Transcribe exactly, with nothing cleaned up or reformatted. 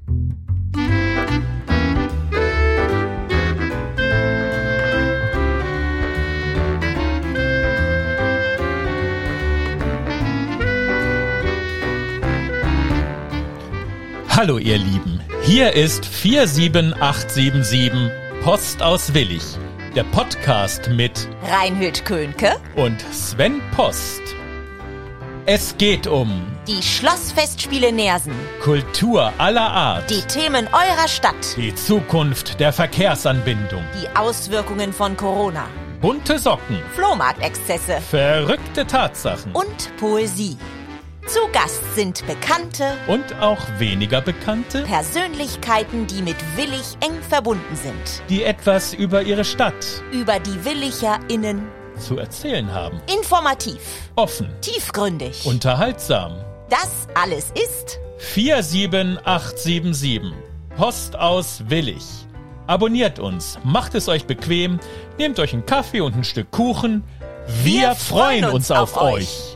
Hallo ihr Lieben, hier ist vier sieben acht sieben sieben Post aus Willich, der Podcast mit Reinhild Könke und Sven Post. Es geht um die Schlossfestspiele Neersen, Kultur aller Art, die Themen eurer Stadt, die Zukunft der Verkehrsanbindung, die Auswirkungen von Corona, bunte Socken, Flohmarktexzesse verrückte Tatsachen und Poesie. Zu Gast sind bekannte und auch weniger bekannte Persönlichkeiten, die mit Willich eng verbunden sind, die etwas über ihre Stadt, über die WillicherInnen zu erzählen haben. Informativ, Offen, tiefgründig. unterhaltsam. Das alles ist vier sieben acht sieben sieben Post aus Willich. Abonniert uns, macht es euch bequem, nehmt euch einen Kaffee und ein Stück Kuchen. Wir, Wir freuen uns auf euch.